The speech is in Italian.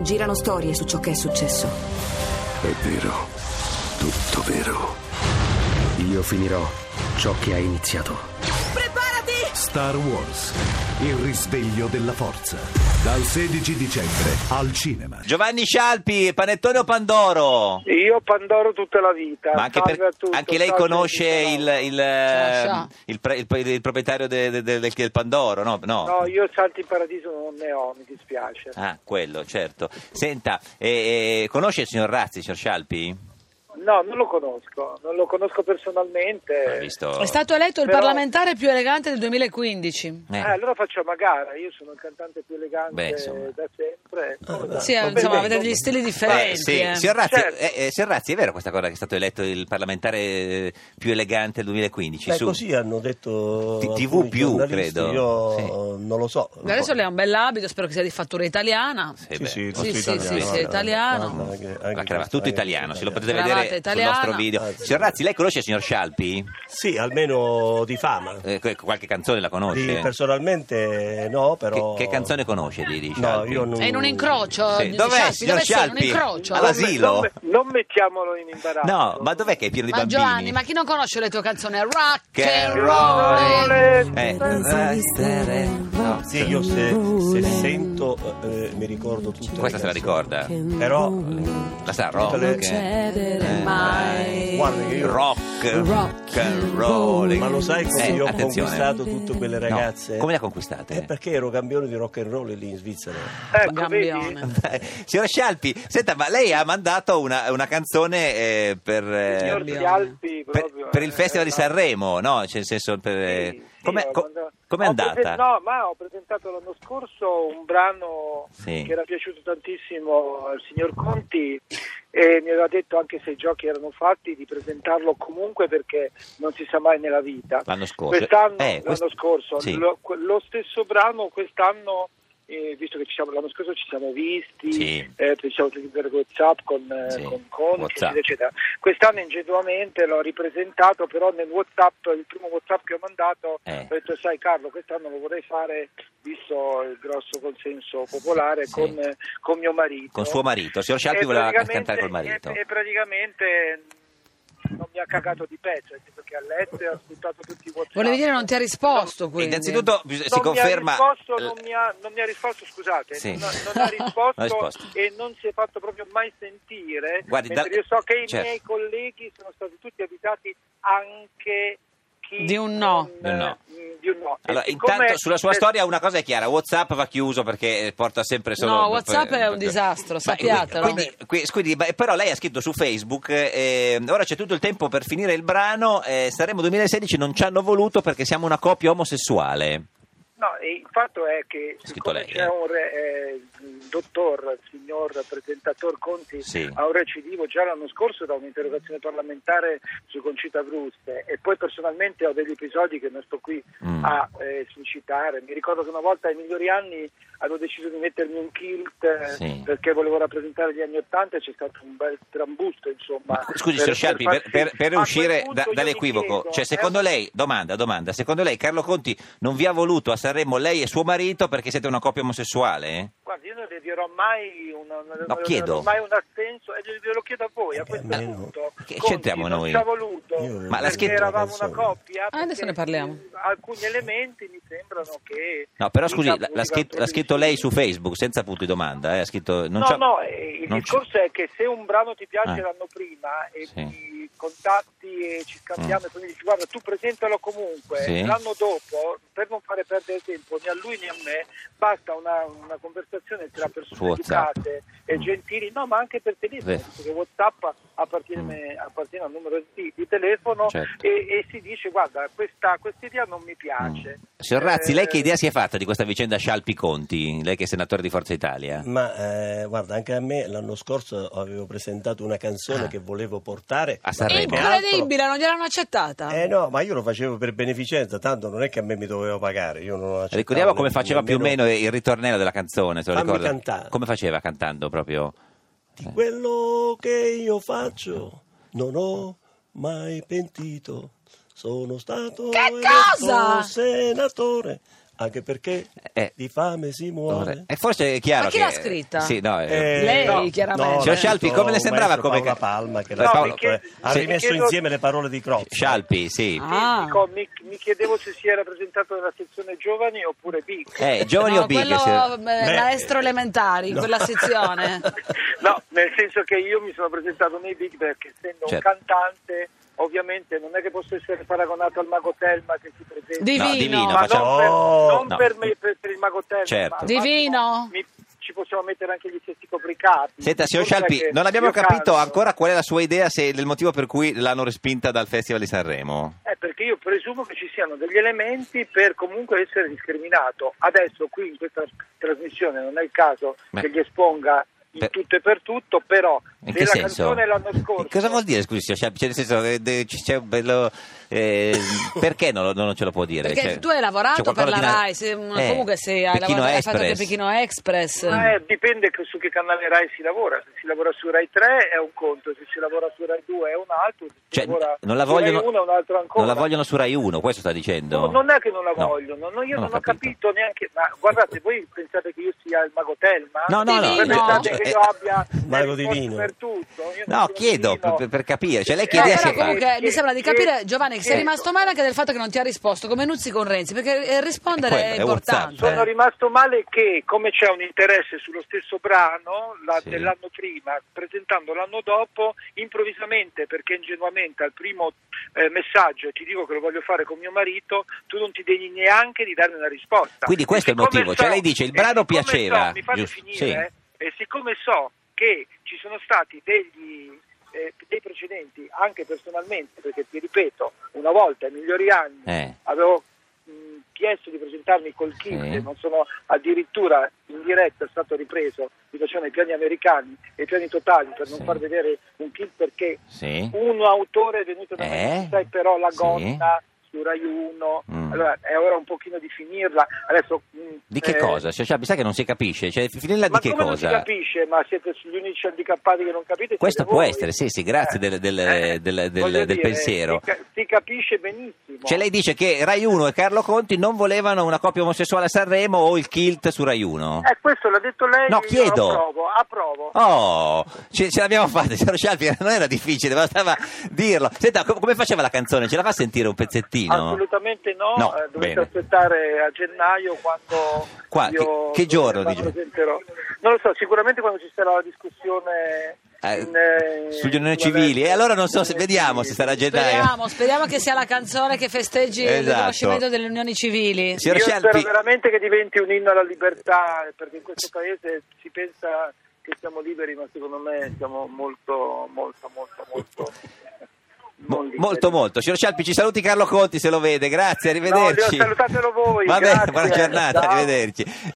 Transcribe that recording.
Girano storie su ciò che è successo. È vero, tutto vero. Io finirò ciò che ha iniziato. Preparati! Star Wars, il risveglio della forza. Dal 16 dicembre al cinema. Giovanni Scialpi, panettone o pandoro? Io pandoro tutta la vita. Ma anche lei conosce il proprietario del pandoro, no? No, io Santi in Paradiso non ne ho, mi dispiace. Ah, quello, certo. Senta, conosce il signor Razzi, signor Scialpi? No, non lo conosco personalmente. Visto... È stato eletto il parlamentare più elegante del 2015. Allora facciamo a gara, io sono il cantante più elegante da sempre. Sì, insomma, avete degli stili differenti. Sì. Signor Razzi, signor Razzi, è vero questa cosa che è stato eletto il parlamentare più elegante del 2015? Beh, così hanno detto TV più, credo. Io non lo so. Adesso lei ha un bell'abito, spero che sia di fattura italiana. Sì, italiano. Tutto italiano, se lo potete vedere sul nostro video. Signor Razzi, lei conosce il signor Scialpi? Sì, almeno di fama. Qualche canzone la conosce? Personalmente no, però... Che canzone conosce di Scialpi? No, io non... È in un incrocio? Sì. Dov'è, signor Scialpi? In un incrocio? All'asilo? Non mettiamolo in imbarazzo. No, ma dov'è che è pieno di bambini? Giovanni, ma chi non conosce le tue canzoni? Rock and roll. Sì, io se sento mi ricordo tutto. Questa se la ricorda? Però la sa rock? Guarda che io rock and roll. Ma lo sai come io ho conquistato tutte quelle ragazze? No. Come le ha conquistate? Perché ero campione di rock and roll lì in Svizzera. Ecco, Signor Scialpi, senta, ma lei ha mandato una canzone per il Festival di Sanremo, no? Cioè, nel senso, com'è andata? Ho presentato l'anno scorso un brano che era piaciuto tantissimo al signor Conti e mi aveva detto, anche se i giochi erano fatti, di presentarlo comunque perché non si sa mai nella vita. L'anno scorso? L'anno scorso, sì. Lo stesso brano quest'anno, visto che l'anno scorso ci siamo visti, siamo per WhatsApp con Conti, eccetera. Quest'anno ingenuamente l'ho ripresentato, però nel WhatsApp, il primo WhatsApp che ho mandato, ho detto: sai Carlo, quest'anno lo vorrei fare, visto il grosso consenso popolare, con mio marito. Con suo marito, signor Scialpi voleva cantare col marito. E praticamente non mi ha cagato di pezzo, perché a letto ha ascoltato tutti i WhatsApp. Volevi dire non ti ha risposto, quindi. Innanzitutto si conferma... Non mi ha risposto, scusate, non ha risposto e non si è fatto proprio mai sentire. Guardi, io so che i miei colleghi sono stati tutti abitati anche di un no. Allora, intanto sulla sua storia una cosa è chiara: WhatsApp va chiuso perché porta sempre solo... No, WhatsApp è un disastro, sappiatelo. Quindi, però lei ha scritto su Facebook, ora c'è tutto il tempo per finire il brano, Sanremo 2016 non ci hanno voluto perché siamo una coppia omosessuale. No, il fatto è che c'è un dottor, signor presentator Conti, ha un recidivo già l'anno scorso da un'interrogazione parlamentare su Concita Bruste, e poi personalmente ho degli episodi che non sto qui a esplicitare. Mi ricordo che una volta ai migliori anni avevo deciso di mettermi un kilt perché volevo rappresentare gli anni '80 e c'è stato un bel trambusto, insomma. Ma scusi, signor Scialpi, per uscire dall'equivoco, cioè secondo lei, domanda, secondo lei Carlo Conti non vi ha voluto a Sanremo, lei e suo marito, perché siete una coppia omosessuale? Guardi, io non le dirò mai chiedo. mai un assenso, e lo chiedo a voi a questo punto. Che c'entriamo noi? Non ci ha voluto, perché eravamo una coppia. Adesso ne parliamo. Alcuni elementi mi sembrano che... No, però scusi, l'ha scritto lei su Facebook, senza punto di domanda, ha scritto... il discorso è che se un brano ti piace l'anno prima e ti contatti e ci scambiamo e poi mi dici: guarda, tu presentalo comunque, l'anno dopo, per non fare perdere tempo né a lui né a me, basta una conversazione tra persone educate e gentili, ma anche per telefono, perché WhatsApp appartiene al numero di telefono, e si dice: guarda, questa idea non mi piace. Signor Razzi, lei che idea si è fatta di questa vicenda Scialpi-Conti, lei che è senatore di Forza Italia? Ma guarda, anche a me l'anno scorso avevo presentato una canzone che volevo portare a Sanremo. Incredibile, non gliel'hanno accettata? No, ma io lo facevo per beneficenza, tanto non è che a me mi dovevo pagare, io non accettavo. Ricordiamo come faceva più o meno il ritornello della canzone, se lo ricorda? Cantare. Come faceva cantando proprio? Di quello che io faccio non ho mai pentito, sono stato eletto senatore anche perché di fame si muore. E forse è chiaro Ma chi che... l'ha scritta? Sì, no, Lei, chiaramente. Signor Scialpi, come le sembrava come... Paola Palma, che ha sì. rimesso insieme le parole di Crozza. Scialpi, sì. Mi chiedevo se si era presentato nella sezione giovani oppure big. Giovani o big? Quello maestro elementari, quella sezione. No, nel senso che io mi sono presentato nei big perché essendo un cantante ovviamente non è che posso essere paragonato al Mago Telma che si presenta. Divino. Ma non per me, per il Mago Telma. Certo. Ma Divino. ci possiamo mettere anche gli stessi copricati. Senta, signor Scialpi, non abbiamo capito ancora qual è la sua idea, se del motivo per cui l'hanno respinta dal Festival di Sanremo. Perché io presumo che ci siano degli elementi per comunque essere discriminato. Adesso qui in questa trasmissione non è il caso che li esponga in tutto e per tutto, però in che senso? Canzone l'anno scorso. Cosa vuol dire, scusi, signor Scialpi? Nel senso, c'è un bello... perché non ce lo può dire? Perché tu hai lavorato per la Rai, comunque se hai lavorato, hai fatto anche Pechino Express. Dipende su che canale Rai si lavora. Se si lavora su Rai 3 è un conto, se si lavora su Rai 2 è un altro, se si lavora non la su vogliono, Rai 1 è un altro ancora. Non la vogliono su Rai 1, questo sta dicendo? No, non è che non la vogliono, io non ho capito neanche, ma guardate, voi pensate che io sia il Mago Telma? No. Pensate che io abbia Mago Divino per tutto? No, chiedo per capire, cioè lei che idea si però comunque mi sembra di capire, Giovanni, che sei rimasto male anche del fatto che non ti ha risposto come Nuzzi con Renzi, perché rispondere è importante. Sono rimasto male che, come c'è un interesse sullo stesso brano dell'anno prima, presentando l'anno dopo, improvvisamente, perché ingenuamente al primo messaggio ti dico che lo voglio fare con mio marito, tu non ti degni neanche di darmi una risposta. Quindi questo è il motivo, cioè lei dice il brano piaceva. Mi fate finire, e siccome so che ci sono stati dei precedenti anche personalmente, perché ti ripeto, una volta ai migliori anni avevo chiesto di presentarmi col kit, non sono addirittura in diretta, è stato ripreso, mi facevano i piani americani e i piani totali per non far vedere un kit perché un autore è venuto da me, sai, però la gonna su Rai 1, allora è ora un pochino di finirla. Adesso di che cosa? Cioè, mi sa che non si capisce, cioè finirla di che cosa? Non si capisce, ma siete gli unici handicappati che non capite. Questo può essere, sì, grazie del pensiero. Si capisce benissimo. Cioè lei dice che Rai 1 e Carlo Conti non volevano una coppia omosessuale a Sanremo o il kilt su Rai 1? Questo l'ha detto lei. No, chiedo. Approvo. Oh, ce l'abbiamo fatta, signor Scialpi, non era difficile, bastava dirlo. Senta, come faceva la canzone? Ce la fa sentire un pezzettino? Assolutamente no, dovete aspettare a gennaio quando che giorno presenterò. Non lo so, sicuramente quando ci sarà la discussione sugli unioni civili, e allora non so se vediamo se sarà a gennaio. Speriamo che sia la canzone che festeggi il riconoscimento delle unioni civili. Signor Io Scialpi, spero veramente che diventi un inno alla libertà, perché in questo paese si pensa che siamo liberi, ma secondo me siamo molto molto. Signor Scialpi, ci saluti Carlo Conti se lo vede, grazie, arrivederci. No, salutatelo voi. Va bene, grazie. buona giornata, Ciao. arrivederci.